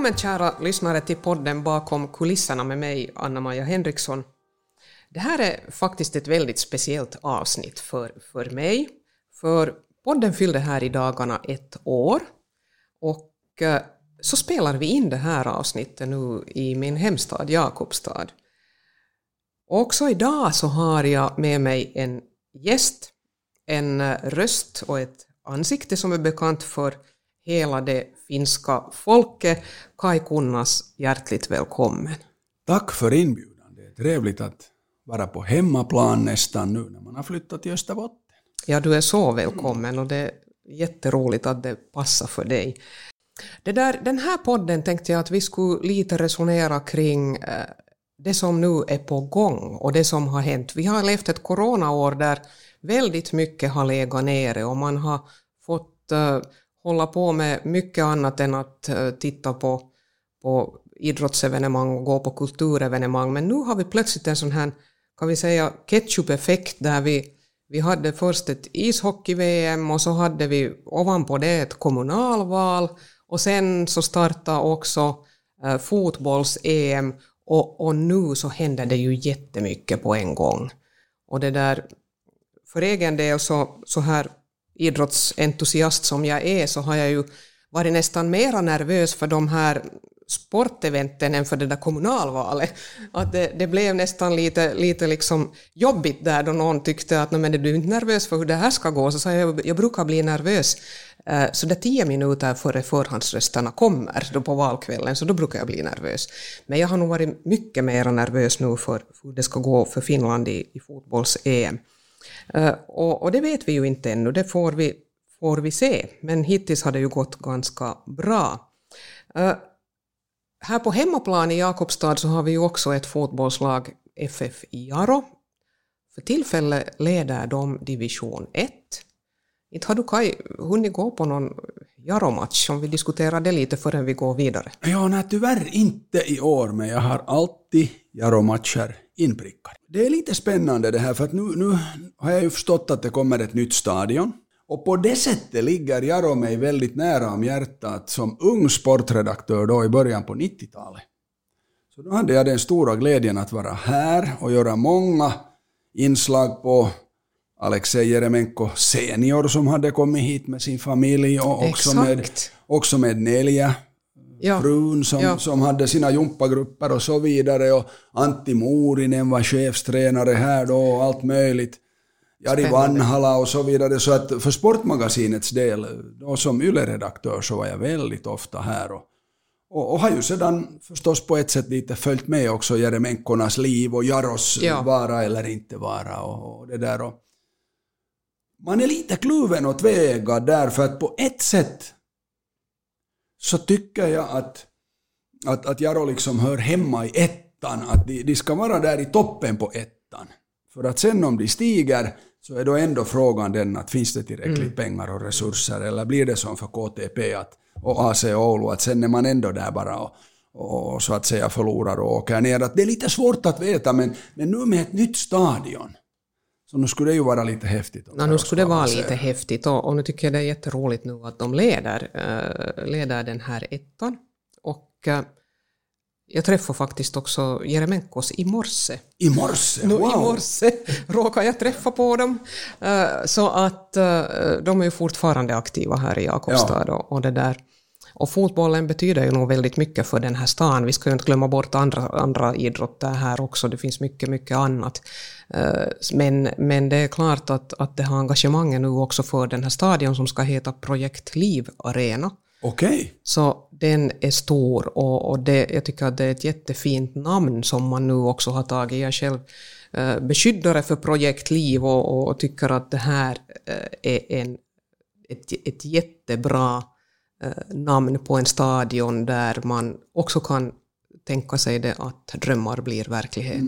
Välkommen kära lyssnare till podden Bakom kulisserna med mig, Anna-Maja Henriksson. Det här är faktiskt ett väldigt speciellt avsnitt för mig. För podden fyllde här i dagarna 1 år. Och så spelar vi in det här avsnittet nu i min hemstad Jakobstad. Och också idag så har jag med mig en gäst, en röst och ett ansikte som är bekant för hela det finska folket. Kai Kunnas, hjärtligt välkommen. Tack för inbjudan. Det är trevligt att vara på hemmaplan nästan nu när man har flyttat till Österbotten. Ja, du är så välkommen och det är jätteroligt att det passar för dig. Den här podden tänkte jag att vi skulle lite resonera kring det som nu är på gång och det som har hänt. Vi har levt ett coronaår där väldigt mycket har legat nere och man har fått hålla på med mycket annat än att titta på idrottsevenemang och gå på kulturevenemang. Men nu har vi plötsligt en sån här, kan vi säga, ketchup-effekt där vi hade först ett ishockey-VM och så hade vi ovanpå det ett kommunalval och sen så startade också fotbolls-EM och nu så händer det ju jättemycket på en gång. Och det där, för egen del så här idrottsentusiast som jag är så har jag ju varit nästan mera nervös för de här sporteventen än för det där kommunalvalet. Att det blev nästan lite liksom jobbigt där då någon tyckte att men är du inte nervös för hur det här ska gå? Så sa jag brukar bli nervös så det 10 minuter före förhandsrösterna kommer då på valkvällen, så då brukar jag bli nervös. Men jag har nog varit mycket mer nervös nu för hur det ska gå för Finland i fotbolls-EM. Och det vet vi ju inte ännu, det får vi se. Men hittills har det ju gått ganska bra. Här på hemmaplan i Jakobstad så har vi ju också ett fotbollslag, FF Jaro. För tillfället leder de division 1. Inte har du Kai hunnit gå på någon Jaro-match om vi diskuterar det lite förrän vi går vidare? Ja, nej, tyvärr inte i år, men jag har alltid Jaro-matcher inprickade. Det är lite spännande det här, för att nu har jag ju förstått att det kommer ett nytt stadion. Och på det sättet ligger Jaro mig väldigt nära om hjärtat som ung sportredaktör då i början på 90-talet. Så då hade jag den stora glädjen att vara här och göra många inslag på Alexej Jeremenko senior som hade kommit hit med sin familj och också med Nelja, frun som hade sina jumpagrupper och så vidare, och Antti Mourinen var chefstränare här då och allt möjligt. Jari Vanhala och så vidare, så att för Sportmagasinets del då som Yle-redaktör så var jag väldigt ofta här och har ju sedan förstås på ett sätt lite följt med också Jeremenkornas liv och Jaros vara eller inte vara och det där. Och man är lite kluven åt väga där, för att på ett sätt så tycker jag att Jaro liksom hör hemma i ettan, att de ska vara där i toppen på ettan. För att sen om de stiger så är då ändå frågan den att finns det tillräckligt pengar och resurser, eller blir det som för KTP och AC Oulu att sen är man ändå där bara och så att säga förlorar och åker ner. Att det är lite svårt att veta, men nu med ett nytt stadion så nu skulle det ju vara lite häftigt. Nu skulle det vara lite häftigt och nu tycker jag det är jätteroligt nu att de leder den här ettan. Och jag träffade faktiskt också Jeremenkos i morse. I morse? Wow! I morse råkade jag träffa på dem. Så att de är ju fortfarande aktiva här i Jakobstad och det där. Och fotbollen betyder ju nog väldigt mycket för den här stan. Vi ska ju inte glömma bort andra idrotter här också. Det finns mycket, mycket annat. Men det är klart att det har engagemanget nu också för den här stadion som ska heta Projekt Liv Arena. Okej. Så den är stor och jag tycker att det är ett jättefint namn som man nu också har tagit. Jag själv beskyddare för Projekt Liv och tycker att det här är ett jättebra namn på en stadion där man också kan tänka sig det att drömmar blir verklighet.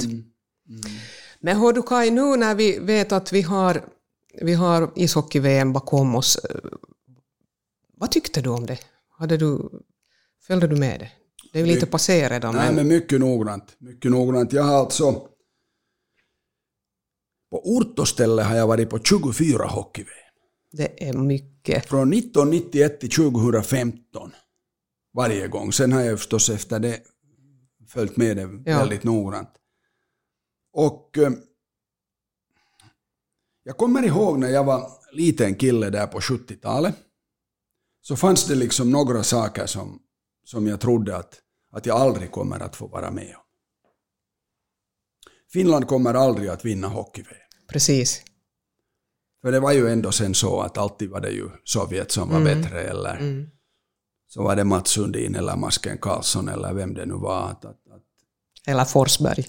Men hör du Kai, nu när vi vet att vi har ishockey-VM bakom oss, vad tyckte du om det? Följde du med det? Det är ju lite passé redan. Nej, men mycket noggrant. Jag har alltså på ort och ställe har jag varit på 24 hockey-VM. Det är mycket. Från 1991 till 2015 varje gång. Sen har jag förstås efter det följt med det väldigt noggrant. Och jag kommer ihåg när jag var liten kille där på 70-talet, så fanns det liksom några saker som jag trodde att jag aldrig kommer att få vara med om. Finland kommer aldrig att vinna hockey-VM. Precis. För det var ju ändå sen så att alltid var det ju Sovjet som var bättre, eller så var det Mats Sundin eller Masken Karlsson eller vem det nu var. Eller Forsberg.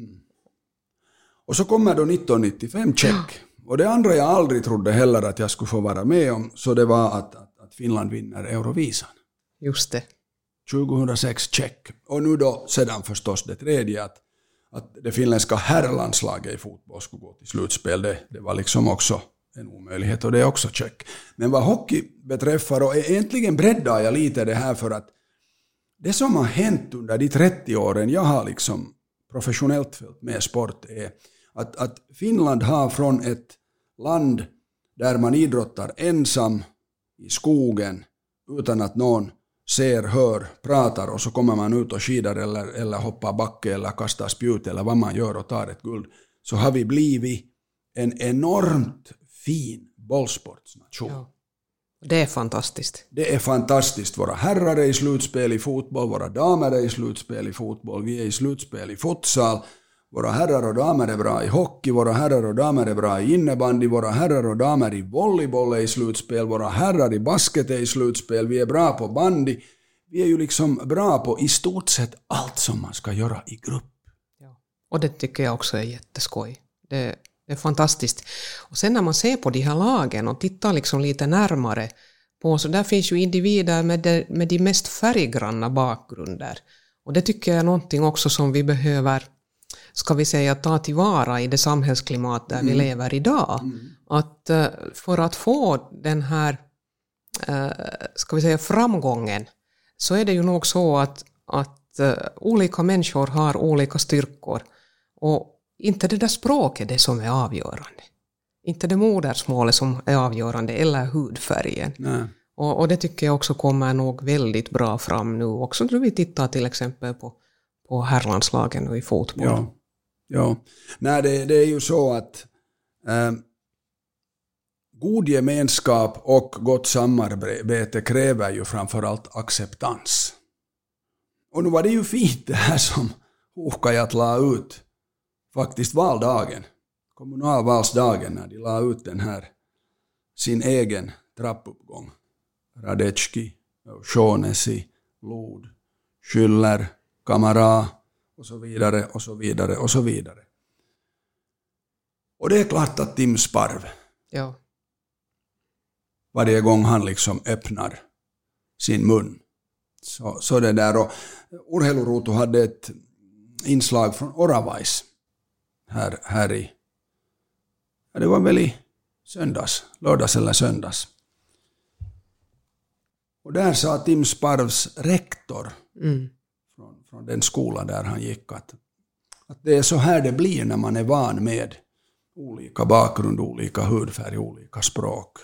Och så kommer då 1995 check. Och det andra jag aldrig trodde heller att jag skulle få vara med om, så det var att Finland vinner Eurovisan. Just det. 2006 check. Och nu då sedan förstås det tredje att det finländska herrlandslaget i fotboll skulle gå till slutspel. Det var liksom också en omöjlighet, och det är också check. Men vad hockey beträffar, och egentligen breddar jag lite det här, för att det som har hänt under de 30 åren jag har liksom professionellt följt med sport är att Finland har från ett land där man idrottar ensam i skogen utan att någon ser, hör, pratar, och så kommer man ut och skidar eller hoppar backe eller kastar spjut eller vad man gör och tar ett guld, så har vi blivit en enormt fin bollsportsnation. Ja. Det är fantastiskt. Det är fantastiskt. Våra herrar är i slutspel i fotboll, våra damer är i slutspel i fotboll, vi är i slutspel i futsal, våra herrar och damer är bra i hockey, våra herrar och damer är bra i innebandy, våra herrar och damer i volleyboll är i slutspel, våra herrar i basket är i slutspel, vi är bra på bandy, vi är ju liksom bra på i stort sett allt som man ska göra i grupp. Ja. Och det tycker jag också är jätteskoj. Det är fantastiskt. Och sen när man ser på de här lagen och tittar liksom lite närmare på, så där finns ju individer med de mest färggranna bakgrunder. Och det tycker jag är någonting också som vi behöver, ska vi säga, ta tillvara i det samhällsklimat där vi lever idag. Att för att få den här, ska vi säga, framgången, så är det ju nog så att olika människor har olika styrkor. Och inte det där språket det som är avgörande. Inte det modersmålet som är avgörande, eller hudfärgen. Nej. Och det tycker jag också kommer nog väldigt bra fram nu också när vi tittar till exempel på herrlandslagen nu i fotboll. Ja. Nej, det är ju så att god gemenskap och gott samarbete kräver ju framförallt acceptans. Och nu var det ju fint det här som Huuhkajat la ut faktiskt valdagen, kommunalvalsdagen, när de la ut den här sin egen trappuppgång. Radetski, Shaughnessy, Lod, Schüller, Kamara och så vidare och så vidare och så vidare. Och det är klart att Tim Sparv, varje gång han liksom öppnar sin mun, så det där. Och Urheiluruutu hade ett inslag från Oravais här i, det var väl i lördags eller söndags. Och där sa Tim Sparvs rektor från den skolan där han gick att det är så här det blir när man är van med olika bakgrund, olika hudfärg, olika språk.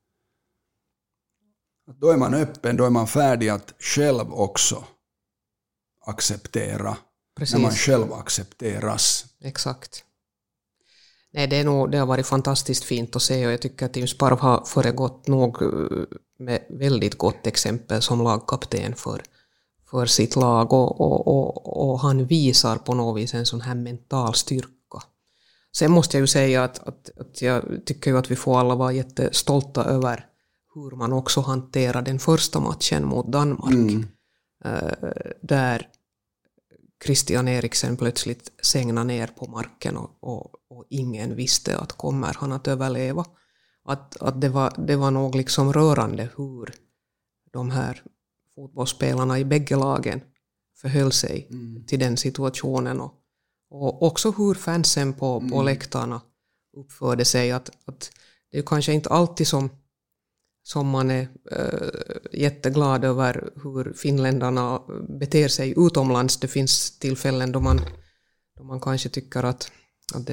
Att då är man öppen, då är man färdig att själv också acceptera. Precis. När man själv accepteras. Exakt. Nej, det har varit fantastiskt fint att se, och jag tycker att Tim Sparv har föregått nog med väldigt gott exempel som lagkapten för sitt lag, och han visar på något vis en sån här mental styrka. Sen måste jag ju säga att jag tycker ju att vi får alla vara jättestolta över hur man också hanterar den första matchen mot Danmark. Där Christian Eriksen plötsligt sängna ner på marken och ingen visste att kommer han att överleva. Att det var nog liksom rörande hur de här fotbollsspelarna i bägge lagen förhöll sig till den situationen, och också hur fansen på läktarna uppförde sig. Att det är kanske inte alltid som man är jätteglad över hur finländarna beter sig utomlands. Det finns tillfällen då man kanske tycker att det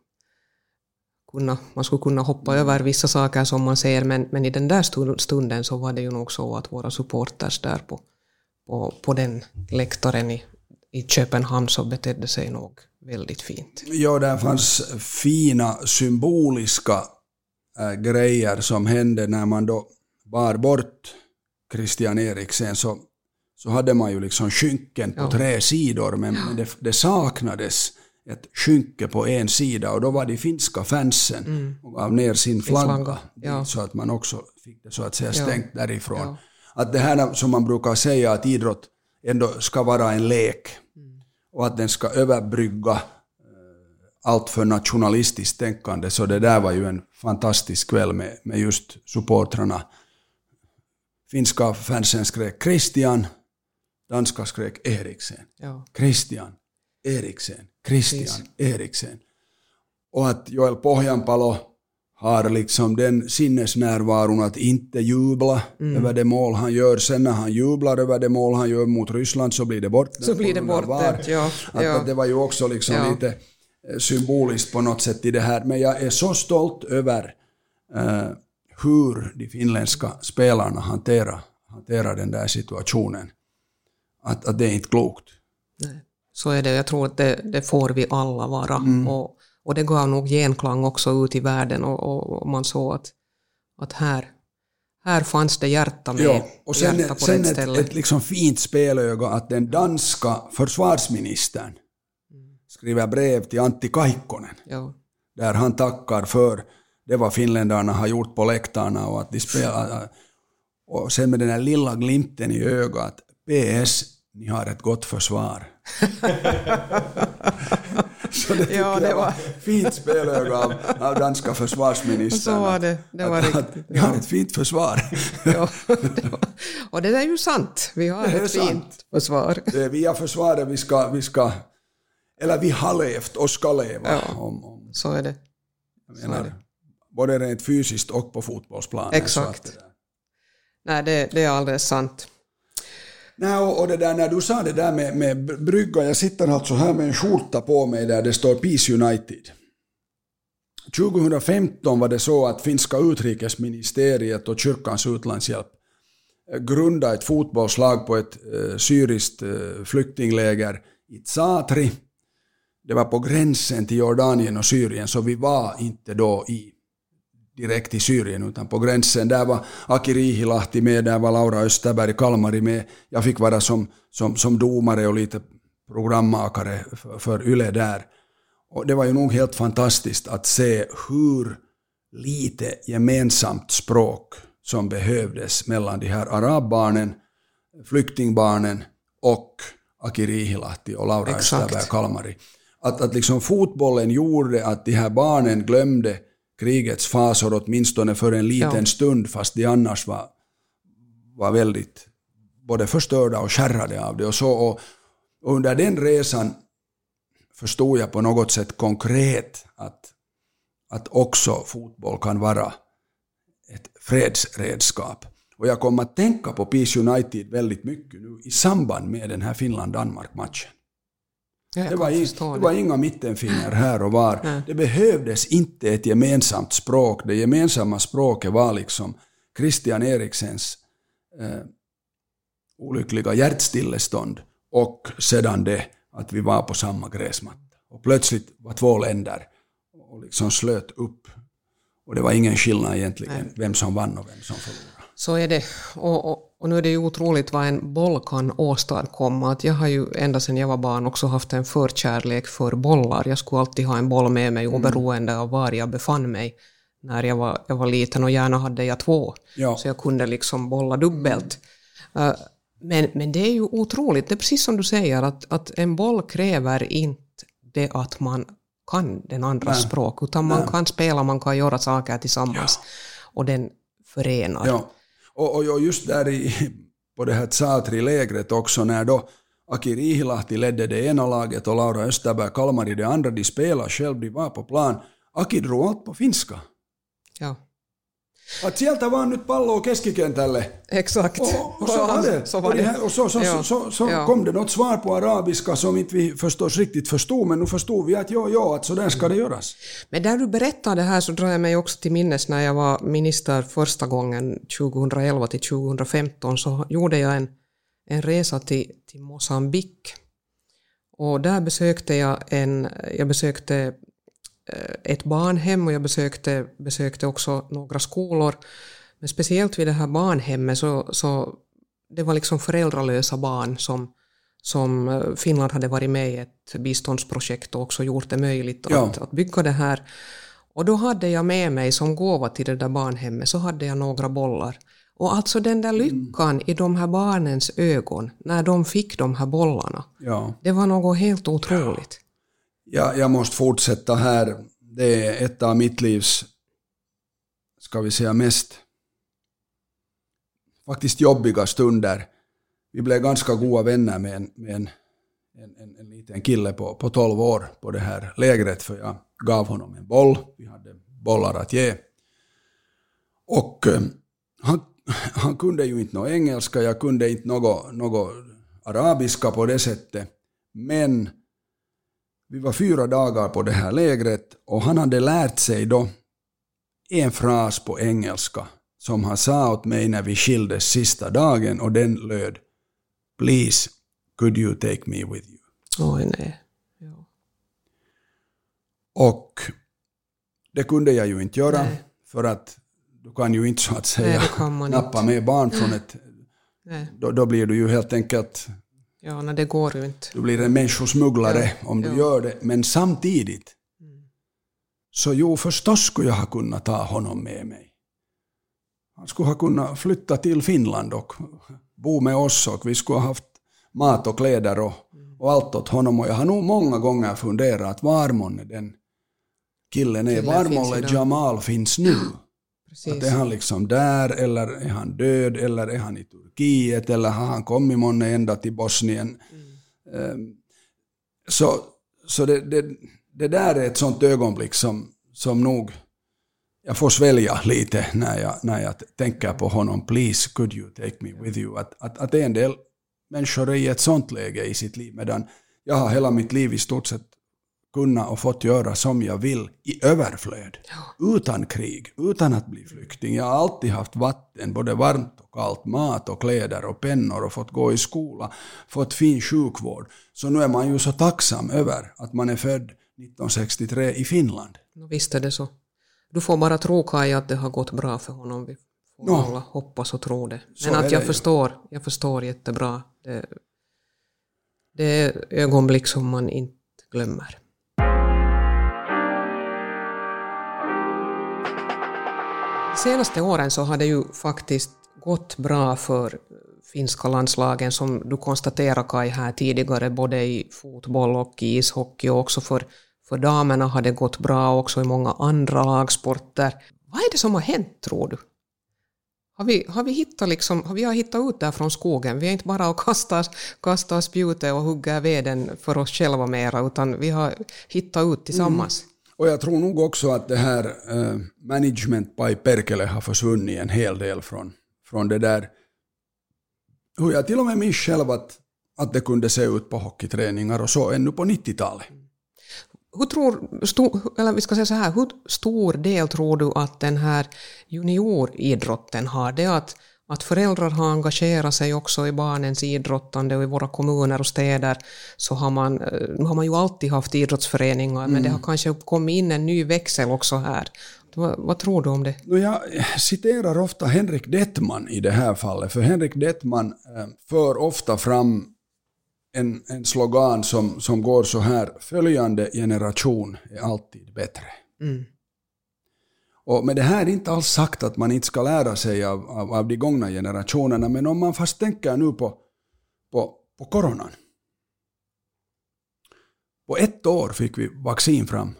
man skulle kunna hoppa över vissa saker som man ser, men i den där stunden så var det ju nog så att våra supporters där på den läktaren i Köpenhamn så betedde sig nog väldigt fint. Ja, där fanns fina symboliska grejer som hände när man då bar bort Christian Eriksen, så hade man ju liksom skynken på 3 sidor, men det saknades ett skynke på en sida, och då var de finska fansen och gav ner sin flagga så att man också fick det så att säga stängt därifrån. Ja. Att det här som man brukar säga, att idrott ändå ska vara en lek och att den ska överbrygga allt för nationalistiskt tänkande, så det där var ju en fantastisk kväll med just supportrarna. Finska fansen skrek Christian, danska skrek Eriksen. Ja. Christian Eriksen. Och att Joel Pohjanpalo har liksom den sinnesnärvaron att inte jubla över det mål han gör. Sen när han jublar över det mål han gör mot Ryssland så blir det bort. Så blir det bort. Att det var ju också liksom lite symboliskt på något sätt i det här. Men jag är så stolt över hur de finländska spelarna hanterar den där situationen. Att det är inte klokt. Nej. Så är det. Jag tror att det får vi alla vara. Och det gav nog genklang också ut i världen. Och man såg att här fanns det hjärta med. Ja, och sen ett liksom fint spelöga att den danska försvarsministern skriver brev till Antti Kaikkonen. Ja. Där han tackar för det vad finländarna har gjort på läktarna och att de spelar. Och sen med den här lilla glimten i ögat. PS, ni har ett gott försvar. Så det tycker jag var fint spelöga av danska försvarsministern. Så var det. Det var riktigt. Vi har ett fint försvar. Och det är ju sant. Vi har ett fint försvar. Det är via försvaret vi ska eller vi har levt och ska leva. Ja, så är det. Jag menar, både rent fysiskt och på fotbollsplanen. Exakt. Nej, det är alldeles sant. Nej, och det där, när du sa det där med brygga, jag sitter alltså här med en skjorta på mig där det står Peace United. 2015 var det så att finska utrikesministeriet och kyrkans utlandshjälp grundade ett fotbollslag på ett syriskt flyktingläger i Tsatri. Det var på gränsen till Jordanien och Syrien, så vi var inte då direkt i Syrien utan på gränsen. Där var Aki Riihilahti med, där var Laura Österberg Kalmari med. Jag fick vara som domare och lite programmakare för Yle där. Och det var ju nog helt fantastiskt att se hur lite gemensamt språk som behövdes mellan de här arabbarnen, flyktingbarnen och Aki Riihilahti och Laura Österberg Kalmari. Att liksom fotbollen gjorde att de här barnen glömde krigets fasor åtminstone för en liten stund, fast de annars var väldigt både förstörda och skärrade av det. Och under den resan förstod jag på något sätt konkret att också fotboll kan vara ett fredsredskap. Och jag kom att tänka på Peace United väldigt mycket nu i samband med den här Finland-Danmark-matchen. Det var inga mittenfinger här och var. Nej. Det behövdes inte ett gemensamt språk. Det gemensamma språket var liksom Christian Eriksens olyckliga hjärtstillestånd och sedan det att vi var på samma gräsmatta. Och plötsligt var 2 länder och liksom slöt upp. Och det var ingen skillnad egentligen vem som vann och vem som förlorade. Så är det. Och nu är det ju otroligt vad en boll kan åstadkomma. Att jag har ju ända sedan jag var barn också haft en förkärlek för bollar. Jag skulle alltid ha en boll med mig oberoende av var jag befann mig när jag var liten, och gärna hade jag 2. Ja. Så jag kunde liksom bolla dubbelt. Men det är ju otroligt. Det är precis som du säger att en boll kräver inte det att man kan den andra språk, utan man kan spela, man kan göra saker tillsammans och den förenar. Ja. Och just där på det här Tsatri-lägret också, när då Aki Riihilahti ledde det ena laget och Laura Österberg Kalmari det andra, de spelade själv, de var på plan. Aki drog allt på finska. Ja. Att sieltä vaan nyt palloa keskikentälle. Exakt. Och så var det. Och så kom det något svar på arabiska som inte vi förstås riktigt förstod, men nu förstod vi att att så där ska det göras. Men där du berättar det här så drar jag mig också till minnes när jag var minister första gången 2011 till 2015, så gjorde jag en resa till Mosambik. Och där besökte jag besökte ett barnhem och jag besökte också några skolor. Men speciellt vid det här barnhemmet så det var liksom föräldralösa barn som Finland hade varit med i ett biståndsprojekt och också gjort det möjligt att bygga det här. Och då hade jag med mig som gåva till det där barnhemmet så hade jag några bollar. Och alltså den där lyckan i de här barnens ögon när de fick de här bollarna. Ja. Det var något helt otroligt. Ja, jag måste fortsätta här. Det är ett av mitt livs, ska vi säga, mest faktiskt jobbiga stunder. Vi blev ganska goda vänner med en liten kille på 12 år på det här lägret, för jag gav honom en boll. Vi hade bollar att ge. Och han kunde ju inte något engelska, jag kunde inte något arabiska på det sättet. Men vi var 4 dagar på det här lägret och han hade lärt sig då en fras på engelska som han sa åt mig när vi skildes sista dagen, och den löd: "Please, could you take me with you?" Oj, nej. Ja. Och det kunde jag ju inte göra, för att du kan ju inte så att säga nappa med barn från ett... Då blir du ju helt enkelt... Ja, nej, det går ju inte. Du blir en människosmugglare om du gör det. Men samtidigt så förstås skulle jag ha kunnat ta honom med mig. Han skulle ha kunnat flytta till Finland och bo med oss, och vi skulle ha haft mat och kläder och allt åt honom. Och jag har nog många gånger funderat var månne den killen är. Var månne Jamal finns nu. Precis. Att är han liksom där, eller är han död, eller är han i Turkiet, eller har han kommit månne ända till Bosnien. Så det där är ett sånt ögonblick som nog jag får svälja lite när jag tänker på honom. Please, could you take me with you? Att en del människor är i ett sånt läge i sitt liv, medan jag har hela mitt liv i stort sett kunnat och fått göra som jag vill i överflöd. Utan krig, utan att bli flykting. Jag har alltid haft vatten, både varmt och kallt, mat och kläder och pennor, och fått gå i skola, fått fin sjukvård. Så nu är man ju så tacksam över att man är född 1963 i Finland. Visst är det så. Du får bara tro, Kaj, att det har gått bra för honom. Vi får alla hoppas och tro det. Men att jag förstår jättebra. Det är ögonblick som man inte glömmer. Senaste åren så har det ju faktiskt gått bra för finska landslagen, som du konstaterar, Kaj, här tidigare, både i fotboll och i ishockey, och också för damerna har det gått bra också i många andra lagsporter. Vad är det som har hänt, tror du? Har vi hittat ut där från skogen? Vi är inte bara att kasta spjutet och hugga veden för oss själva mera, utan vi har hittat ut tillsammans. Och jag tror nog också att det här management by Perkele har försvunnit en hel del från det där. Hur jag till och med minns själv att det kunde se ut på hockeyträningar och så ännu på 90-talet. Hur stor del tror du att den här junioridrotten har? Det att föräldrar har engagerat sig också i barnens idrottande, och i våra kommuner och städer så har man ju alltid haft idrottsföreningar, men det har kanske kommit in en ny växel också här. Vad tror du om det? Jag citerar ofta Henrik Dettman i det här fallet, för Henrik Dettman för ofta fram en slogan som går så här: följande generation är alltid bättre. Och med det här är inte alls sagt att man inte ska lära sig av de gångna generationerna, men om man fast tänker nu på coronan. På 1 år fick vi vaccin fram.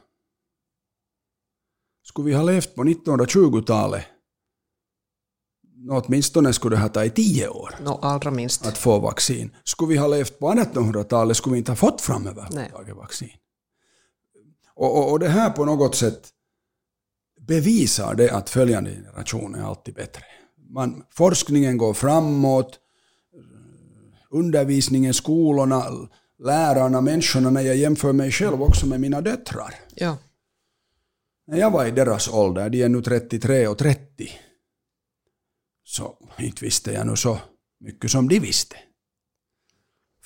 Skulle vi ha levt på 1920-talet, åtminstone skulle det ha tagit 10 år allra minst att få vaccin. Skulle vi ha levt på 1800-talet skulle vi inte ha fått fram överhuvudtaget vaccin. Och det här på något sätt bevisar det att följande generation är alltid bättre. Forskningen går framåt, undervisningen, skolorna, lärarna, människorna, när jag jämför mig själv också med mina döttrar. Ja. När jag var i deras ålder, de är nu 33 och 30, så inte visste jag nu så mycket som de visste.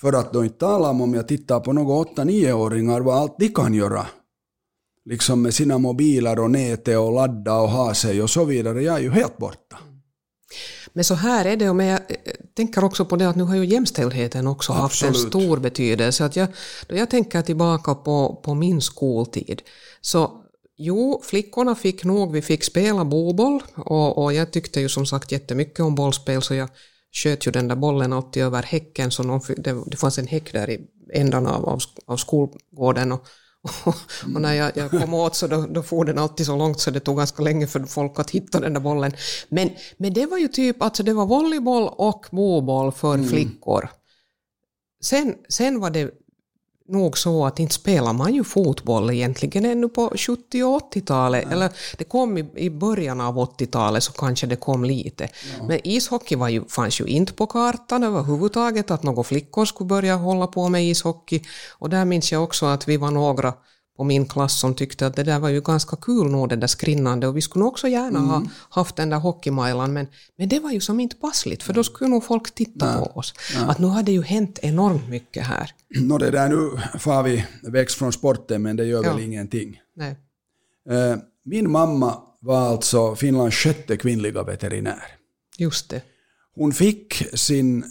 För att då inte tala om jag tittar på några 8-9-åringar vad allt de kan göra. Liksom med sina mobiler och nätet och ladda och ha sig och så vidare. Jag är ju helt borta. Men så här är det, och jag tänker också på det att nu har ju jämställdheten också haft en stor betydelse. Att då jag tänker tillbaka på min skoltid, så jo, flickorna vi fick spela bollboll, och jag tyckte ju som sagt jättemycket om bollspel, så jag sköt ju den där bollen alltid över häcken, så det fanns en häck där i ändan av skolgården, och när jag kom åt så då får den alltid så långt så det tog ganska länge för folk att hitta den där bollen. Men det var ju typ, alltså det var volleyboll och bollboll för flickor. Sen var det nog så att inte spelar man ju fotboll egentligen ännu på 70- och 80-talet. Eller det kom i början av 80-talet så kanske det kom lite. Ja. Men ishockey fanns ju inte på kartan överhuvudtaget att några flickor skulle börja hålla på med ishockey. Och där minns jag också att vi var några på min klass som tyckte att det där var ju ganska kul nog, det där skrinnande, och vi skulle också gärna ha haft den där hockeymajlan, men det var ju som inte passligt, för då skulle nog folk titta på oss. Att nu hade ju hänt enormt mycket här. Det där nu får vi växt från sporten, men det gör väl ingenting. Nej. Min mamma var alltså Finlands 6:e kvinnliga veterinär. Just det. Hon fick sin,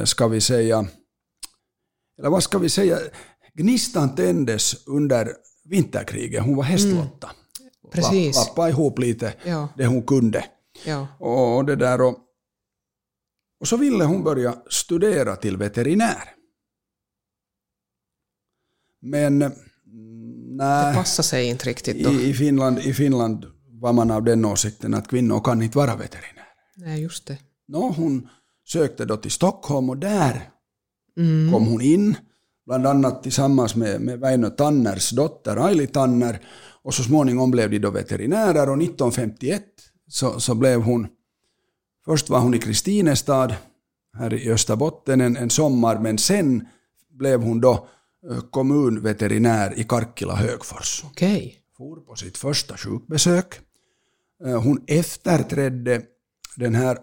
gnistan tändes under vinterkriget. Hon var hästlotta. Precis. Lappa ihop lite det hon kunde. Ja. Och det där och så ville hon börja studera till veterinär. Men nej, det passar sig inte riktigt då. I Finland var man av den åsikten att kvinnor kan inte vara veterinär. Nej, just det. Hon sökte då till Stockholm, och där kom hon in. Bland annat tillsammans med Väinö Tanners dotter Aili Tanner, och så småningom blev de då veterinärer, och 1951 så blev hon, först var hon i Kristinestad här i Österbotten en sommar, men sen blev hon då kommunveterinär i Karkkila Högfors. Okej. For på sitt första sjukbesök. Hon efterträdde den här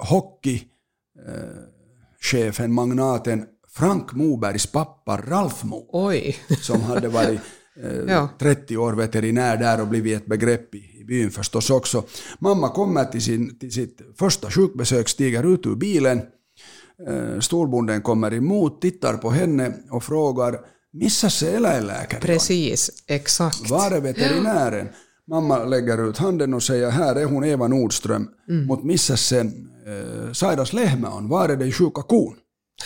hockeychefen, magnaten Frank Mobergs pappa Ralf Mo. Oj. Som hade varit 30 år veterinär där och blivit ett begrepp i byn förstås också. Mamma kommer till sitt första sjukbesök, stiger ut ur bilen. Storbonden kommer emot, tittar på henne och frågar: "Missä se eläinlääkäri?" Precis, exakt. Var är veterinären? Mamma lägger ut handen och säger: "Här är hon, Eva Nordström." Mot missä se sairas lehmä on? Var är den sjuka kon?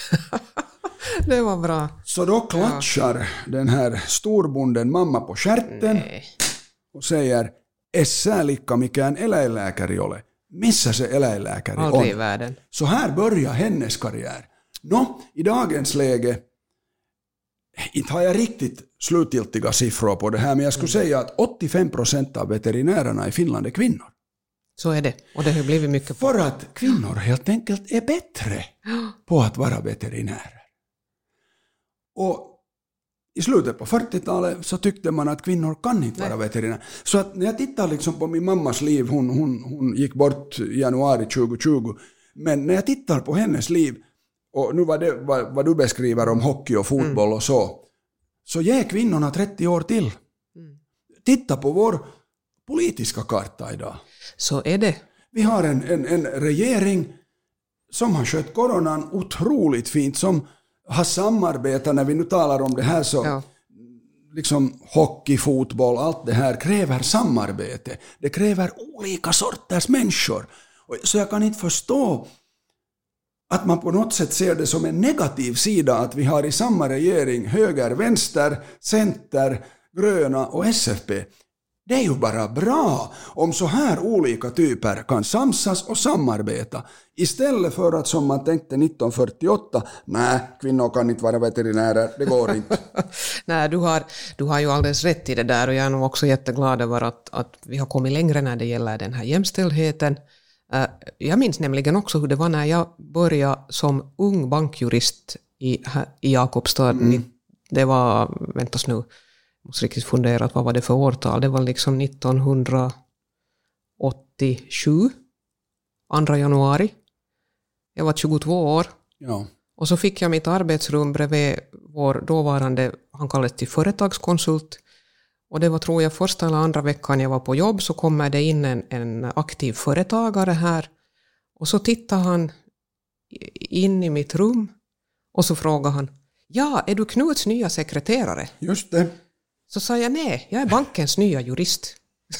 Det var bra. Så då klatschar den här storbonden mamma på skärten och säger: "Essää likka mikään eläinlääkäri ole. Missä se eläinlääkäri on?" Aldrig i världen. Så här börjar hennes karriär. I dagens läge, inte har jag riktigt slutgiltiga siffror på det här, men jag skulle säga att 85% av veterinärerna i Finland är kvinnor. Så är det, och det har blivit mycket. För att kvinnor helt enkelt är bättre på att vara veterinärer. Och i slutet på 40-talet så tyckte man att kvinnor kan inte vara veterinärer. Så att när jag tittar liksom på min mammas liv, hon gick bort i januari 2020, men när jag tittar på hennes liv, och nu var det vad du beskriver om hockey och fotboll och så ger kvinnorna 30 år till. Titta på vår politiska karta idag. Så är det. Vi har en regering som har skött coronan otroligt fint, som har samarbetat, när vi nu talar om det här så liksom hockey, fotboll, allt det här kräver samarbete. Det kräver olika sorters människor. Så jag kan inte förstå att man på något sätt ser det som en negativ sida att vi har i samma regering höger, vänster, center, gröna och SFP. Det är ju bara bra om så här olika typer kan samsas och samarbeta. Istället för att, som man tänkte 1948, nej, kvinnor kan inte vara veterinärer, det går inte. Nej, du har ju alldeles rätt i det där, och jag är nog också jätteglad över att vi har kommit längre när det gäller den här jämställdheten. Jag minns nämligen också hur det var när jag började som ung bankjurist i Jakobstad. Det var, väntas nu, jag måste riktigt fundera, vad var det för årtal? Det var liksom 1987, 2 januari. Jag var 22 år. Ja. Och så fick jag mitt arbetsrum bredvid vår dåvarande, han kallades till företagskonsult. Och det var, tror jag, första eller andra veckan jag var på jobb så kommer det in en aktiv företagare här. Och så tittar han in i mitt rum och så frågar han: ja, är du Knuts nya sekreterare? Just det. Så sa jag: nej, jag är bankens nya jurist.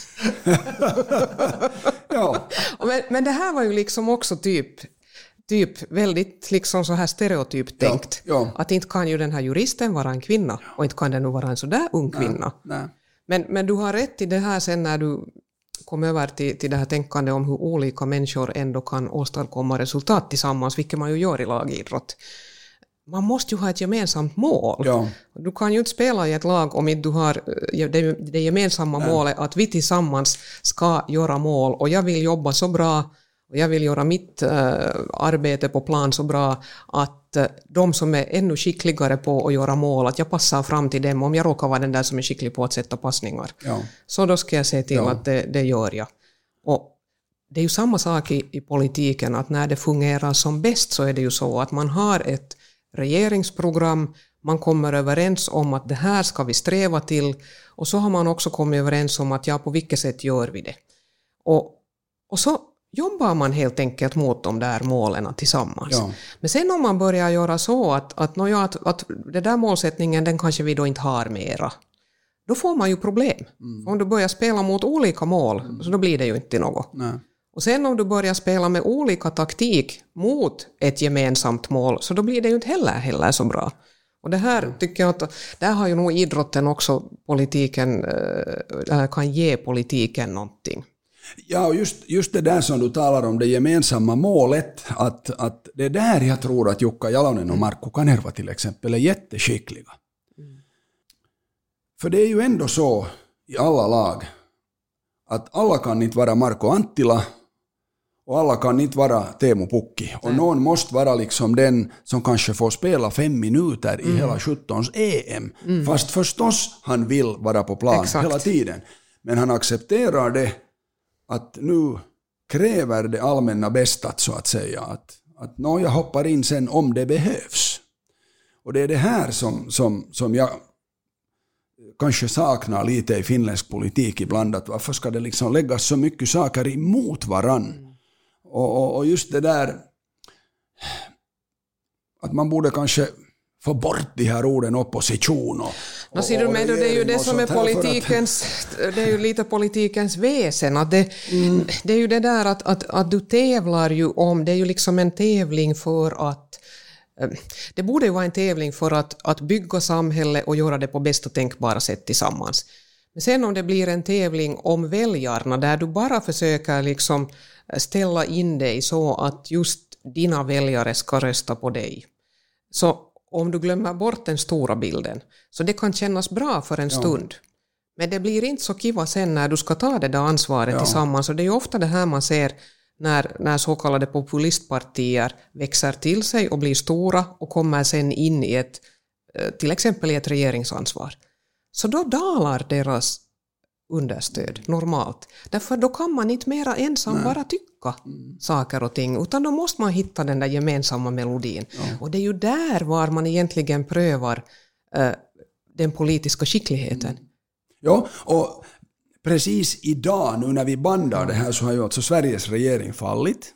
Ja. Men det här var ju liksom också typ väldigt liksom så här stereotypt tänkt. Ja. Att inte kan ju den här juristen vara en kvinna och inte kan den nog vara en så där ung kvinna. Nej. Men du har rätt i det här sen när du kom över till det här tänkande om hur olika människor ändå kan åstadkomma resultat tillsammans, vilket man ju gör i lagidrott. Man måste ju ha ett gemensamt mål. Ja. Du kan ju inte spela i ett lag om inte du har det gemensamma målet att vi tillsammans ska göra mål. Och jag vill jobba så bra och jag vill göra mitt arbete på plan så bra att de som är ännu skickligare på att göra mål, att jag passar fram till dem om jag råkar vara den där som är skicklig på att sätta passningar. Ja. Så då ska jag se till att det gör jag. Och det är ju samma sak i politiken, att när det fungerar som bäst så är det ju så att man har ett regeringsprogram, man kommer överens om att det här ska vi sträva till och så har man också kommit överens om att ja, på vilket sätt gör vi det. Och så jobbar man helt enkelt mot de där målen tillsammans. Ja. Men sen om man börjar göra så att det där målsättningen den kanske vi då inte har mera, då får man ju problem. Om du börjar spela mot olika mål så då blir det ju inte något. Nej. Och sen om du börjar spela med olika taktik mot ett gemensamt mål så då blir det ju inte heller så bra. Och det här tycker jag att där har ju nog idrotten också politiken, kan ge politiken någonting. Ja, och just det där som du talar om, det gemensamma målet, att det är där jag tror att Jukka Jalonen och Markku Kanerva till exempel är jätteskickliga. För det är ju ändå så i alla lag att alla kan inte vara Marko Anttila och alla kan inte vara Teemu Pukki. Och någon måste vara liksom den som kanske får spela 5 minuter i hela 17s EM. Fast förstås han vill vara på plan hela tiden. Men han accepterar det att nu kräver det allmänna bästat så att säga. Att jag hoppar in sen om det behövs. Och det är det här som jag kanske saknar lite i finländsk politik ibland. Att varför ska det liksom läggas så mycket saker emot varann? Och just det där att man borde kanske få bort de här orden opposition och ser du med, det är ju det som är politikens det är ju lite politikens väsen att det är ju det där att du tävlar ju om, det är ju liksom en tävling för att det borde ju vara en tävling för att bygga samhälle och göra det på bästa tänkbara sätt tillsammans. Men sen om det blir en tävling om väljarna där du bara försöker liksom ställa in dig så att just dina väljare ska rösta på dig. Så om du glömmer bort den stora bilden, så det kan kännas bra för en stund. Men det blir inte så kiva sen när du ska ta det där ansvaret tillsammans. Och det är ju ofta det här man ser när så kallade populistpartier växer till sig och blir stora och kommer sen in i till exempel i ett regeringsansvar. Så då dalar deras understöd normalt. Därför då kan man inte mera ensam bara tycka saker och ting, utan då måste man hitta den där gemensamma melodin. Och det är ju där var man egentligen prövar den politiska skickligheten. Ja, och precis idag nu när vi bandar det här så har ju alltså Sveriges regering fallit.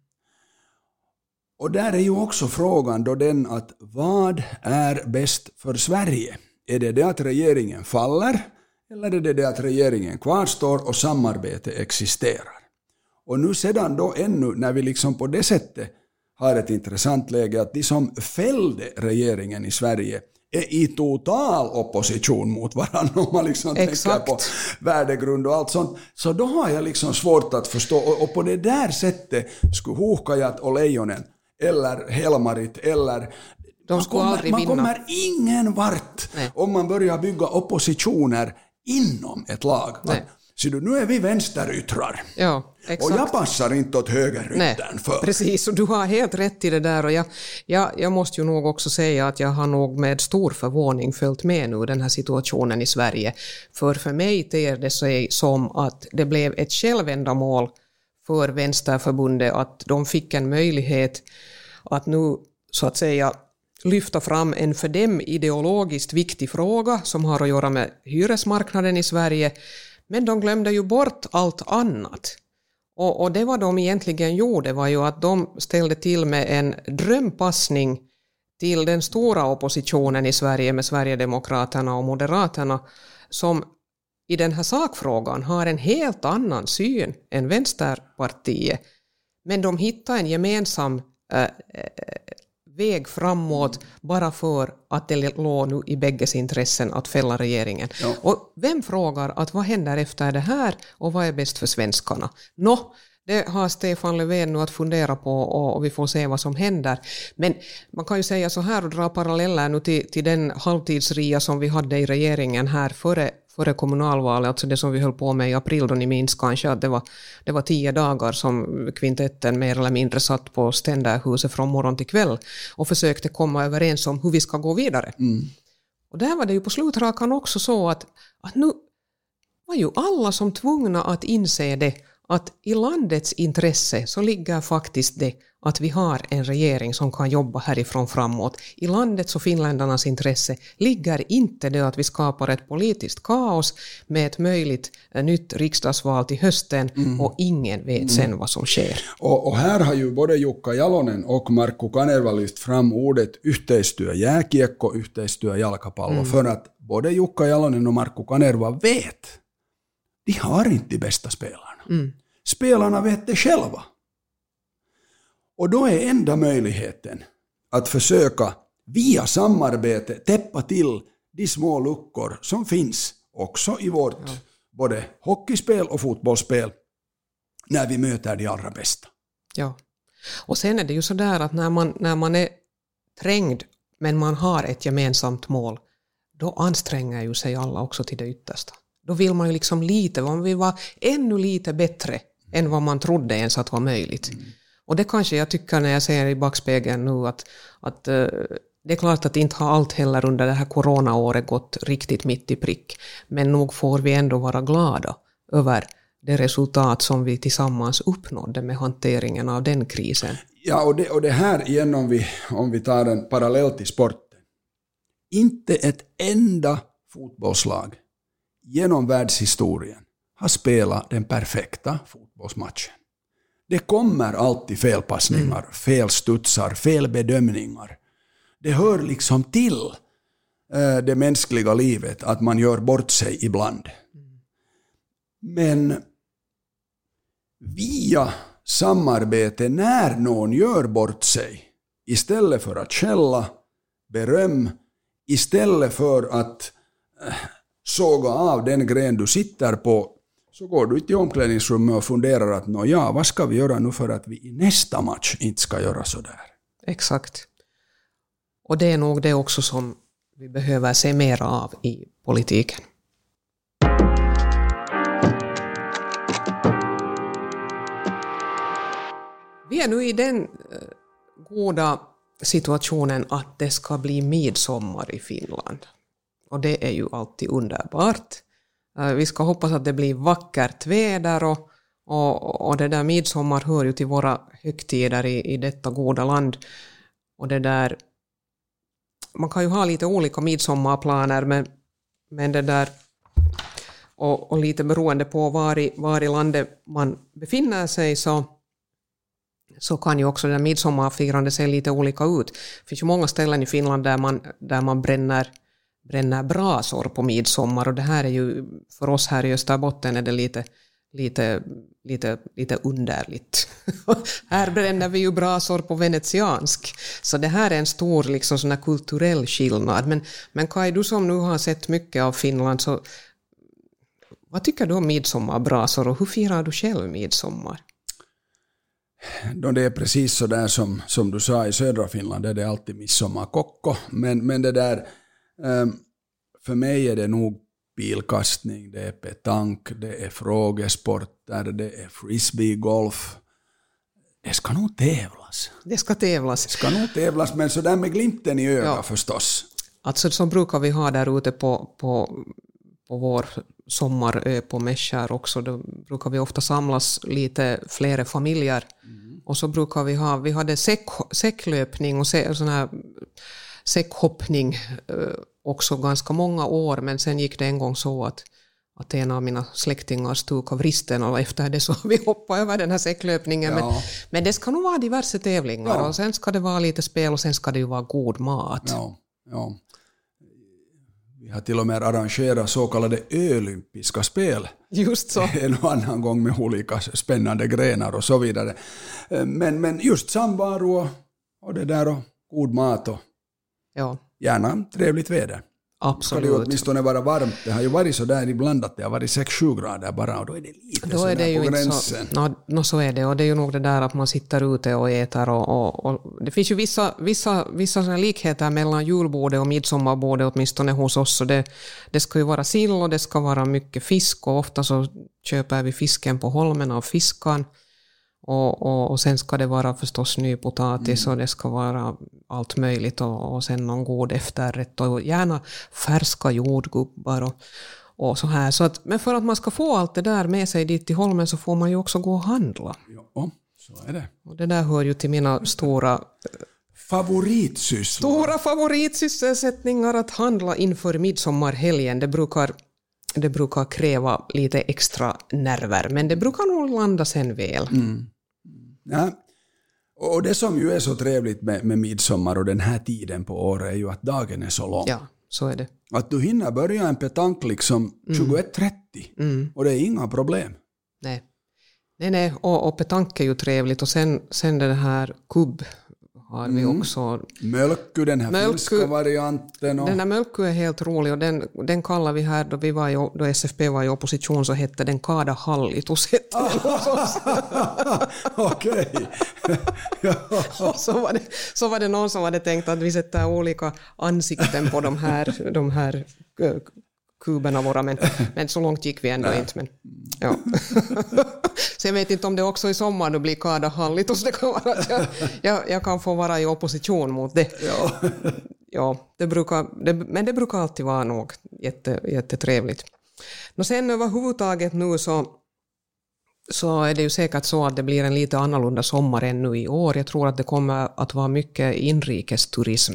Och där är ju också frågan då den att vad är bäst för Sverige? Är det att regeringen faller eller är det att regeringen kvarstår och samarbete existerar? Och nu sedan då ännu när vi liksom på det sättet har ett intressant läge att de som fällde regeringen i Sverige är i total opposition mot varandra om man liksom tänker på värdegrund och allt sånt. Så då har jag liksom svårt att förstå. Och på det där sättet skulle Huuhkajat och Leijonen eller Helmarit eller man kommer ingen vart om man börjar bygga oppositioner inom ett lag. Så nu är vi vänsteryttrar. Ja, exakt. Och jag passar inte åt högeryttern för. Precis, och du har helt rätt i det där. Och jag måste ju nog också säga att jag har nog med stor förvåning följt med nu den här situationen i Sverige. För mig ter det sig som att det blev ett självändamål för Vänsterförbundet att de fick en möjlighet att nu så att säga lyfta fram en för dem ideologiskt viktig fråga som har att göra med hyresmarknaden i Sverige, men de glömde ju bort allt annat. Och det vad de egentligen gjorde var ju att de ställde till med en drömpassning till den stora oppositionen i Sverige med Sverigedemokraterna och Moderaterna, som i den här sakfrågan har en helt annan syn än Vänsterpartiet. Men de hittar en gemensam väg framåt bara för att det låg nu i bägges intressen att fälla regeringen. Ja. Och vem frågar att vad händer efter det här och vad är bäst för svenskarna? Det har Stefan Löfven nu att fundera på och vi får se vad som händer. Men man kan ju säga så här och dra paralleller nu till den halvtidsria som vi hade i regeringen här före kommunalvalet, alltså det som vi höll på med i april, då ni minns kanske att det var 10 dagar som kvintetten mer eller mindre satt på ständerhuset från morgon till kväll och försökte komma överens om hur vi ska gå vidare. Och där var det ju på slutrakan också så att nu var ju alla som tvungna att inse det, att i landets intresse så ligger faktiskt det att vi har en regering som kan jobba härifrån framåt. I landets och finländarnas intresse ligger inte det att vi skapar ett politiskt kaos med ett möjligt nytt riksdagsval till hösten och ingen vet sen vad som sker. Och här har ju både Jukka Jalonen och Markku Kanerva lyft fram ordet yhteistyö jääkiekko, yhteistyö jalkapallo för att både Jukka Jalonen och Markku Kanerva vet, de har inte de bästa spelarna. Spelarna vet det själva. Och då är enda möjligheten att försöka via samarbete täppa till de små luckor som finns också i vårt både hockeyspel och fotbollsspel när vi möter de allra bästa. Ja, och sen är det ju så där att när man är trängd men man har ett gemensamt mål, då anstränger ju sig alla också till det yttersta. Då vill man ju liksom man vill vara ännu lite bättre än vad man trodde ens att var möjligt. Och det kanske jag tycker när jag ser i backspegeln nu att det är klart att inte har allt heller under det här coronaåret gått riktigt mitt i prick. Men nog får vi ändå vara glada över det resultat som vi tillsammans uppnådde med hanteringen av den krisen. Ja, och det här igen om vi tar en parallell till sporten. Inte ett enda fotbollslag genom världshistorien har spelat den perfekta fotbollsmatchen. Det kommer alltid felpassningar, felstudsar, felbedömningar. Det hör liksom till det mänskliga livet att man gör bort sig ibland. Men via samarbete när någon gör bort sig, istället för att skälla, beröm, istället för att såga av den gren du sitter på, så går du till omklädningsrummet och funderar att vad ska vi göra nu för att vi i nästa match inte ska göra så där. Exakt. Och det är nog det också som vi behöver se mer av i politiken. Vi är nu i den goda situationen att det ska bli midsommar i Finland. Och det är ju alltid underbart. Vi ska hoppas att det blir vackert väder och det där midsommar hör ju till våra högtider i detta goda land. Och det där, man kan ju ha lite olika midsommarplaner men det där och lite beroende på var i landet man befinner sig så kan ju också det där midsommarfirande se lite olika ut. Det finns ju många ställen i Finland där man bränner brasor på midsommar och det här är ju för oss här i Österbotten är det lite underligt. Här bränner vi ju brasor på venetiansk. Så det här är en stor liksom sån här kulturell skillnad. Men Kai, du som nu har sett mycket av Finland, så vad tycker du om midsommarbrasor och hur firar du själv midsommar? Det är precis så där som du sa i södra Finland, där det är alltid midsommarkokko. Men det där, för mig är det nog bilkastning, det är petank, det är frågesporter, det är frisbeegolf. Det ska nog tävlas. Det ska tävlas, men så där med glimten i ögat förstås. Alltså så brukar vi ha där ute på vår sommarö på Mäskär också. Då brukar vi ofta samlas lite flera familjer Och så brukar vi hade säcklöpning och sån här säckhoppning också ganska många år, men sen gick det en gång så att en av mina släktingar stod av vristen och efter det så har vi hoppat över den här säcklöpningen. Ja. Men det ska nog vara diverse tävlingar, Ja. och sen ska det vara lite spel och sen ska det ju vara god mat. Ja. Vi har till och med arrangerat så kallade olympiska spel. Just så. En och annan gång med olika spännande grenar och så vidare. Men just samvaro och det där och god mat och gärna trevligt väder. Absolut. Ska det åtminstone vara varmt. Det har ju varit så där ibland att det har varit 6-7 grader bara och då är det lite då så är det där ju på inte gränsen. så är det, och det är ju nog det där att man sitter ute och äter och det finns ju vissa såna likheter mellan julbordet och midsommarbordet åtminstone hos oss, så det ska ju vara sill och det ska vara mycket fisk och ofta så köper vi fisken på holmen av fiskan. Och sen ska det vara förstås ny potatis och det ska vara allt möjligt och sen någon god efterrätt och gärna färska jordgubbar och så här. Men för att man ska få allt det där med sig dit till holmen så får man ju också gå och handla. Ja, så är det. Och det där hör ju till mina stora favoritsysselsättningar att handla inför midsommarhelgen. Det brukar kräva lite extra nerver, men det brukar nog landa sen väl. Ja. Och det som ju är så trevligt med midsommar och den här tiden på året är ju att dagen är så lång. Ja, så är det. Att du hinner börja en petank liksom 21.30 och det är inga problem. Nej, och petank är ju trevligt och sen det här kubb har vi också. Mölkky, den här finska varianten. Och... Den här mölkky är helt rolig och den kallar vi här då SFP var i opposition så hette den Kada Hallitus. Okej. Och så var det någon som hade tänkt att vi sätter olika ansikten på de här kuberna våra, men så långt gick vi ändå inte. Men, ja. Så jag vet inte om det också i sommar då blir Kada Hallitus. Det kan vara att jag kan få vara i opposition mot det. Ja, men det brukar alltid vara nog jättetrevligt. Och sen överhuvudtaget nu så är det ju säkert så att det blir en lite annorlunda sommar än nu i år. Jag tror att det kommer att vara mycket inrikesturism.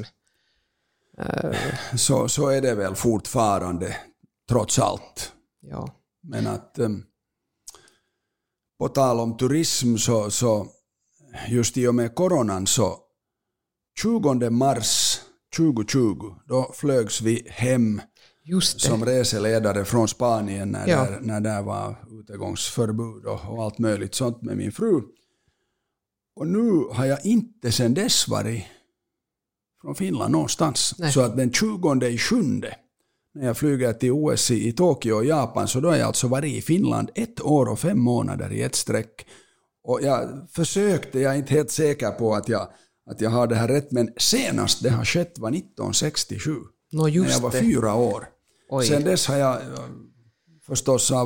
Så är det väl fortfarande, trots allt. Ja. Men att på tal om turism så just i och med coronan så 20 mars 2020 då flögs vi hem som reseledare från Spanien när det var utegångsförbud och allt möjligt sånt med min fru. Och nu har jag inte sedan dess varit från Finland någonstans. Nej. Så att den 20/7 när jag flyger till OS i Tokyo och Japan så då har jag alltså varit i Finland 1 år och 5 månader i ett streck. Och jag är inte helt säker på att jag har det här rätt, men senast det har skett var 1967. När jag var 4 år. Oj. Sen dess har jag förstås av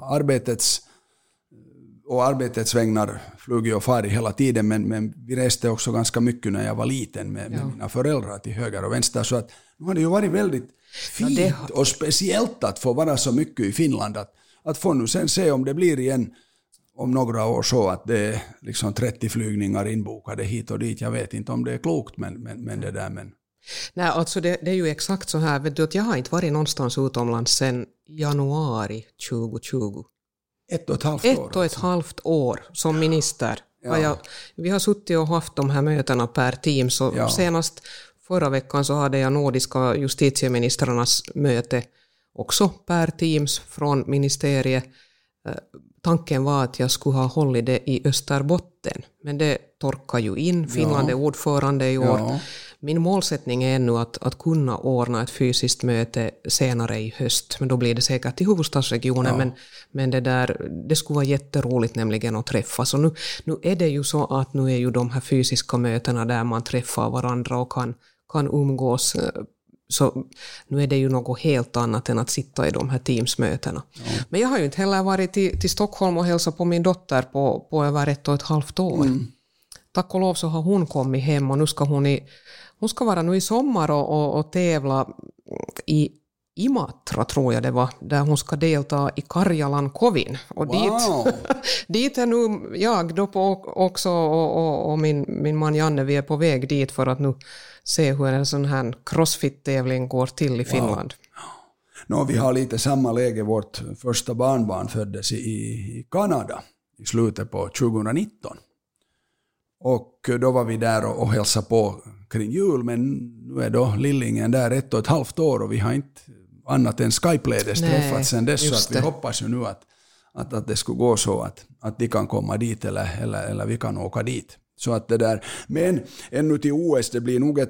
arbetets vägnar flugit och farit hela tiden, men vi reste också ganska mycket när jag var liten med mina föräldrar till höger och vänster, så att nu har det ju varit väldigt fint och speciellt att få vara så mycket i Finland, att få nu sen se om det blir igen om några år så att det är liksom 30 flygningar inbokade hit och dit. Jag vet inte om det är klokt, men det där. Men... Nej, alltså det är ju exakt så här. Vet du att jag har inte varit någonstans utomlands sedan januari 2020. 1,5 år som minister. Ja. Vi har suttit och haft de här mötena per team. Så senast förra veckan så hade jag nordiska justitieministrarnas möte också per teams från ministeriet. Tanken var att jag skulle ha hållit det i Österbotten, men det torkar ju in. Finland är ordförande i år. Ja. Min målsättning är ännu att kunna ordna ett fysiskt möte senare i höst, men då blir det säkert i huvudstadsregionen. Ja. Men det skulle vara jätteroligt nämligen att träffas. Och nu är det ju så att nu är ju de här fysiska mötena där man träffar varandra och kan umgås. Så nu är det ju något helt annat än att sitta i de här teamsmötena. Ja. Men jag har ju inte heller varit till Stockholm och hälsat på min dotter på över 1,5 år. Tack och lov så har hon kommit hem och nu ska hon ska vara nu i sommar och tävla i Imatra tror jag det var, där hon ska delta i Karjalan Kovin. Och dit är nu jag då också och min man Janne, vi är på väg dit för att nu se hur en sån här crossfit-tävling går till i Finland. Vi har lite samma läge. Vårt första barnbarn föddes i Kanada i slutet på 2019. Och då var vi där och hälsade på kring jul, men nu är då lillingen där 1,5 år och vi har inte annat än Skype-ledes träffats sen dess, så att vi hoppas ju nu att det skulle gå så att de kan komma dit eller vi kan åka dit. Så att det där, men ännu till OS, det blir nog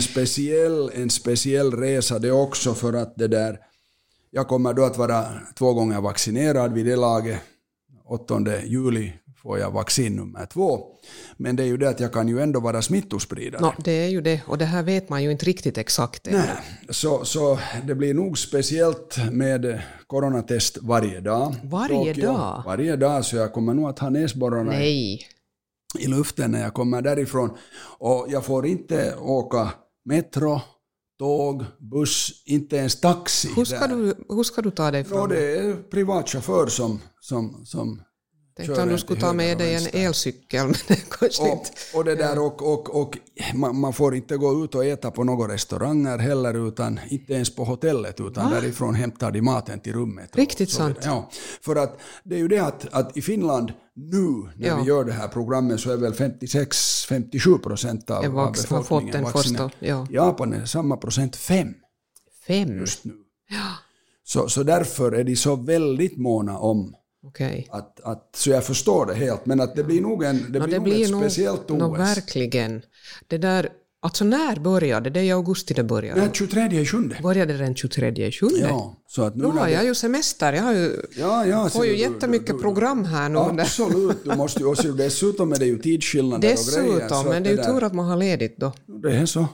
en speciell resa det också, för att det där, jag kommer då att vara 2 gånger vaccinerad vid det laget. 8 juli får jag vaccin nummer 2. Men det är ju det att jag kan ju ändå vara smittospridare. Det är ju det, och det här vet man ju inte riktigt exakt. Nej, så det blir nog speciellt med coronatest varje dag. Varje dag, så jag kommer nog att ha näsborrarna i luften när jag kommer därifrån. Och jag får inte åka metro, tåg, buss, inte ens taxi. Hur ska du ta dig fram? Det är privatchaufför som tänkte om du skulle ta med dig en elcykel, men det kanske inte. Och det där, och man får inte gå ut och äta på några restauranger heller, utan inte ens på hotellet, utan därifrån hämtar de maten till rummet. Riktigt sant. Ja, för att det är ju det att i Finland nu, när vi gör det här programmet, så är väl 56-57% av befolkningen vaccinerad. Japan är samma procent 5 just nu. Ja. Så därför är de så väldigt måna om så jag förstår det helt, men att det blir nog ett speciellt OS. Verkligen. Det där, alltså när började det? I augusti det började? Den 23/7. Började den 23/7? Ja, så att nu då har jag ju semester. Jag har får ju jättemycket program här nu. Absolut, du måste ju också, dessutom är det ju tidsskillnader och grejer. Dessutom, men det är ju tur att man har ledigt då. Det är så.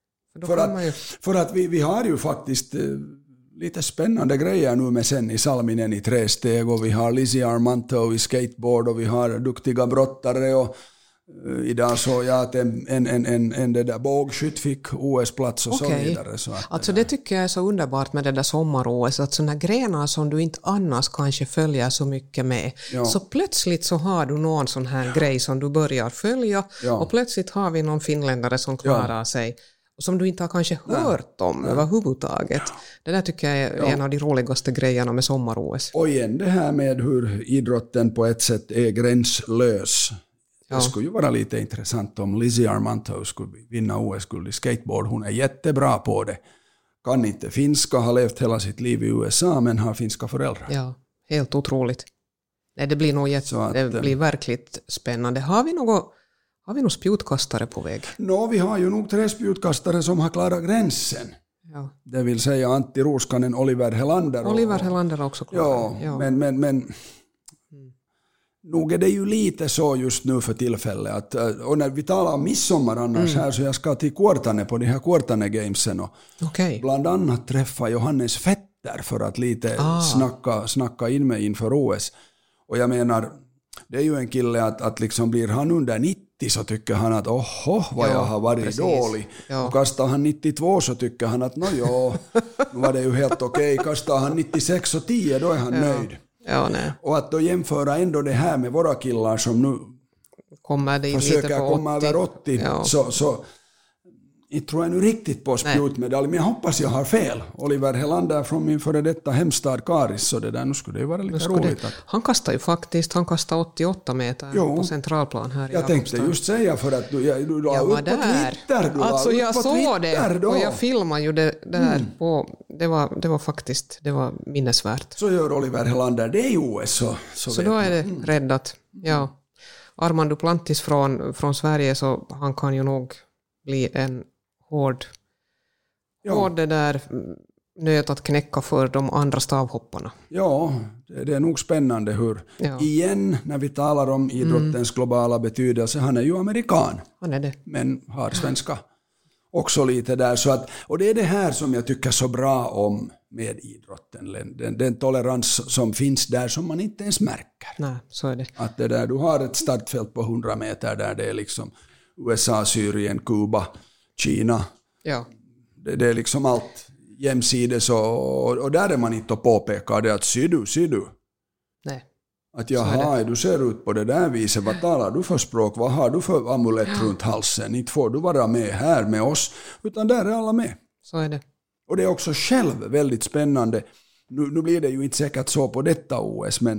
För att vi har ju faktiskt lite spännande grejer nu med sen i Salminen i 3 steg, och vi har Lizzie Armanto i skateboard, och vi har duktiga brottare, och idag såg jag att en det där bågskytt fick OS-plats och så vidare. Så att alltså det tycker jag är så underbart med det där sommar-OS, att sådana grenar som du inte annars kanske följer så mycket med, så plötsligt så har du någon sån här grej som du börjar följa, och plötsligt har vi någon finländare som klarar sig, som du inte har kanske hört om överhuvudtaget. Det där tycker jag är en av de roligaste grejerna med sommar-OS. Och igen det här med hur idrotten på ett sätt är gränslös. Det skulle ju vara lite intressant om Lizzie Armanto skulle vinna OS-guld i skateboard. Hon är jättebra på det. Kan inte finska, har levt hela sitt liv i USA, men har finska föräldrar. Ja, helt otroligt. Nej, det blir nog det blir verkligt spännande. Har vi någon spjutkastare på väg? Vi har ju nog 3 spjutkastare som har klarat gränsen. Ja. Det vill säga Antti Ruuskanen, Oliver Helander. Oliver Helander har också klarat. Ja, men nog är det ju lite så just nu för tillfället. Och när vi talar om midsommar annars här, så jag ska till Kuortane på de här Kuortane-gamesen och bland annat träffa Johannes Fetter för att lite snacka in mig inför OS. Och jag menar, det är ju en kille att liksom blir han under 90 så tycker han att vad jag har varit dålig. Och kastar han 92 så tycker han att nu var det ju helt okej. Kastar han 96 och 10 då är han nöjd. Ja, nej. Och att då jämföra ändå det här med våra killar som nu försöker komma över 80 så jag tror jag nu riktigt på spjutmedalj, men jag hoppas jag har fel. Oliver Helander från min före detta hemstad Karis, så det där nu skulle det vara lite roligt. Han kastar ju faktiskt, 88 meter på centralplan här i Jag tänkte just säga för att du la upp på Twitter. Alltså jag såg det och jag filmade ju det där på, det var faktiskt, det var minnesvärt. Så gör Oliver Helander det i OS så då är det räddat. Ja. Armand Duplantis från Sverige, så han kan ju nog bli en hård det där nöt att knäcka för de andra stavhopparna. Ja, det är nog spännande hur igen när vi talar om idrottens globala betydelse, han är ju amerikan. Han är det. Men har svenska också lite där, så att, och det är det här som jag tycker så bra om med idrotten, den tolerans som finns där som man inte ens märker. Nej, så är det. Att det där, du har ett startfält på 100 meter där det är liksom USA, Syrien, Kuba, Kina. Ja. Det är liksom allt jämsides och där är man inte och påpekar det att ser du. Nej. Att jaha, du ser ut på det där viset, vad talar du för språk, vad har du för amulett runt halsen, inte får du vara med här med oss, utan där är alla med. Så är det. Och det är också själv väldigt spännande, nu blir det ju inte säkert så på detta OS, men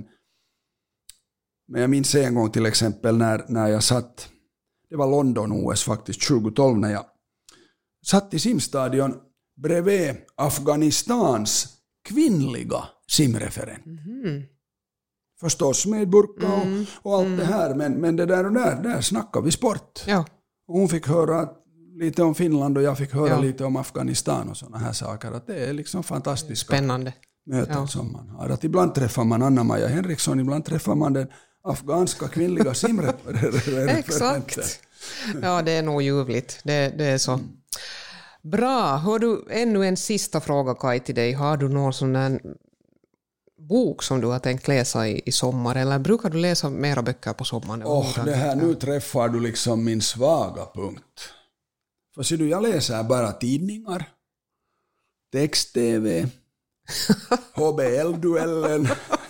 jag minns en gång till exempel när jag satt, det var London-OS faktiskt 2012, när jag satt i simstadion bredvid Afghanistans kvinnliga simreferent. Förstås med burka och allt det här, men det där snackar vi sport. Ja. Och hon fick höra lite om Finland och jag fick höra lite om Afghanistan och sådana här saker. Att det är liksom fantastiska spännande möten som man har. Att ibland träffar man Anna-Maja Henriksson, ibland träffar man den afghanska kvinnliga simreferenten. Exakt. Ja, det är nog ljuvligt. Det är så. Bra. Hör du, ännu en sista fråga, Kaj, till dig. Har du någon sån där bok som du har tänkt läsa i sommar, eller brukar du läsa mera böcker på sommaren? Det här, nu träffar du liksom min svaga punkt. För ser du, jag läser bara tidningar, text-tv, HBL-duellen,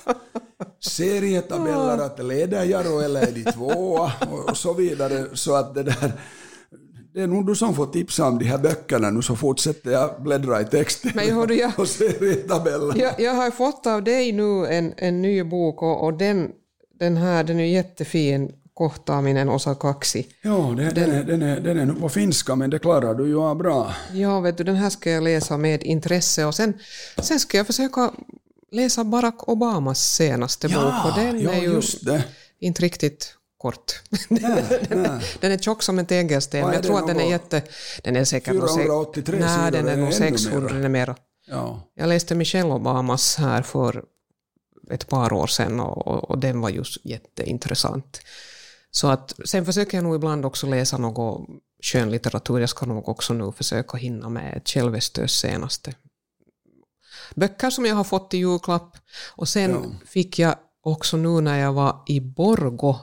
serietabeller att leder Jaro eller är de tvåa och så vidare, så att det är nog du som får tipsa om de här böckerna nu, så fortsätter jag bläddra i texten och serietabeller. Jag har fått av dig nu en ny bok och den är jättefin, Kohtaaminen osa 2. Ja, den är nog på finska, men det klarar du ju bra. Ja, vet du, den här ska jag läsa med intresse och sen ska jag försöka läsa Barack Obamas senaste bok, och den är ju inte riktigt kort. Den är tjock som en tegelsten, men jag tror att den är säkert 483 nej, den är nog 600 eller mer. Ja. Jag läste Michelle Obamas här för ett par år sedan och den var just jätteintressant. Så att sen försöker jag nog ibland också läsa något skönlitteratur. Jag ska nog också nu försöka hinna med Kjell Westös senaste böcker som jag har fått i julklapp. Och sen fick jag också nu när jag var i Borgå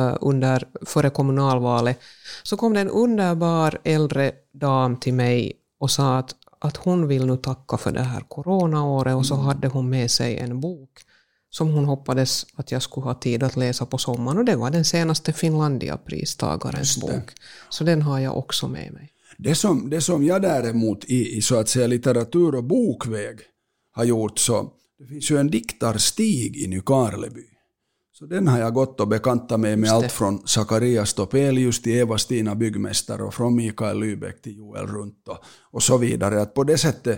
före kommunalvalet, så kom det en underbar äldre dam till mig och sa att hon vill nu tacka för det här coronaåret, och så hade hon med sig en bok som hon hoppades att jag skulle ha tid att läsa på sommaren, och det var den senaste Finlandia-pristagarens bok. Så den har jag också med mig. Det som jag däremot i så att säga litteratur- och bokväg har gjort, så det finns ju en diktarstig i Nykarleby. Så den har jag gått och bekantat med allt från Zacharias Topelius till Eva-Stina Byggmästare och från Mikael Lybeck till Joel Runt och så vidare. Att på det sättet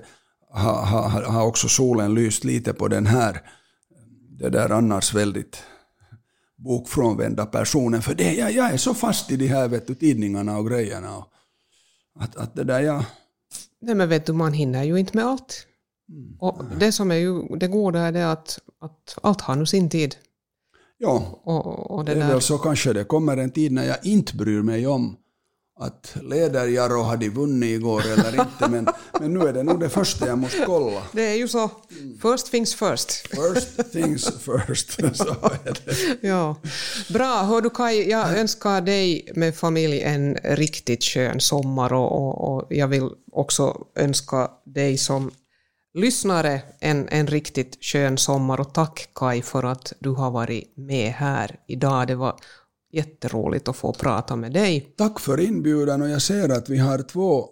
har också solen lyst lite på den här, det där annars väldigt bokfrånvända personen. För det, jag är så fast i de här tidningarna och grejerna. Och att det där Nej, men vet du, man hinner ju inte med allt. Och det som är ju det goda är det att allt har nu sin tid. Ja, och det är väl så kanske det kommer en tid när jag inte bryr mig om att Leder-Jaro hade vunnit igår eller inte, men nu är det nog det första jag måste kolla. Det är ju så. First things first. First things first. Så är det. Ja. Bra, hör du Kaj, jag önskar dig med familj en riktigt skön sommar och jag vill också önska dig som lyssnare en riktigt skön sommar, och tack Kaj för att du har varit med här idag. Det var jätteroligt att få prata med dig. Tack för inbjudan, och jag ser att vi har 2,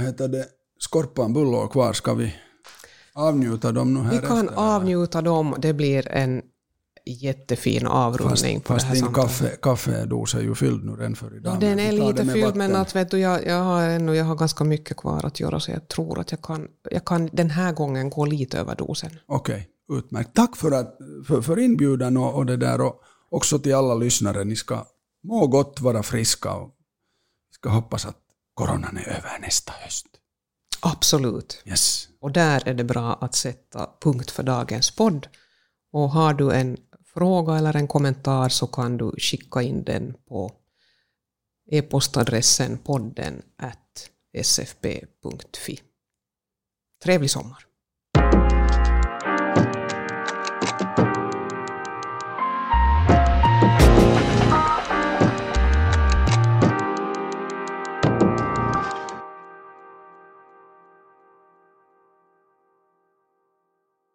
skorpanbullar kvar. Ska vi avnjuta dem nu här efter? Vi kan avnjuta dem. Det blir en jättefin avrundning på det här samtalet. Fast kaffedos är ju fylld nu redan för idag. Ja, den är lite fylld, men att, vet du, jag har ganska mycket kvar att göra, så jag tror att jag kan den här gången gå lite över dosen. Okej, utmärkt. Tack för inbjudan och det där, och också till alla lyssnare. Ni ska må gott, vara friska, och ska hoppas att coronan är över nästa höst. Absolut. Yes. Och där är det bra att sätta punkt för dagens podd. Och har du en fråga eller en kommentar så kan du skicka in den på e-postadressen podden@sfp.fi. Trevlig sommar.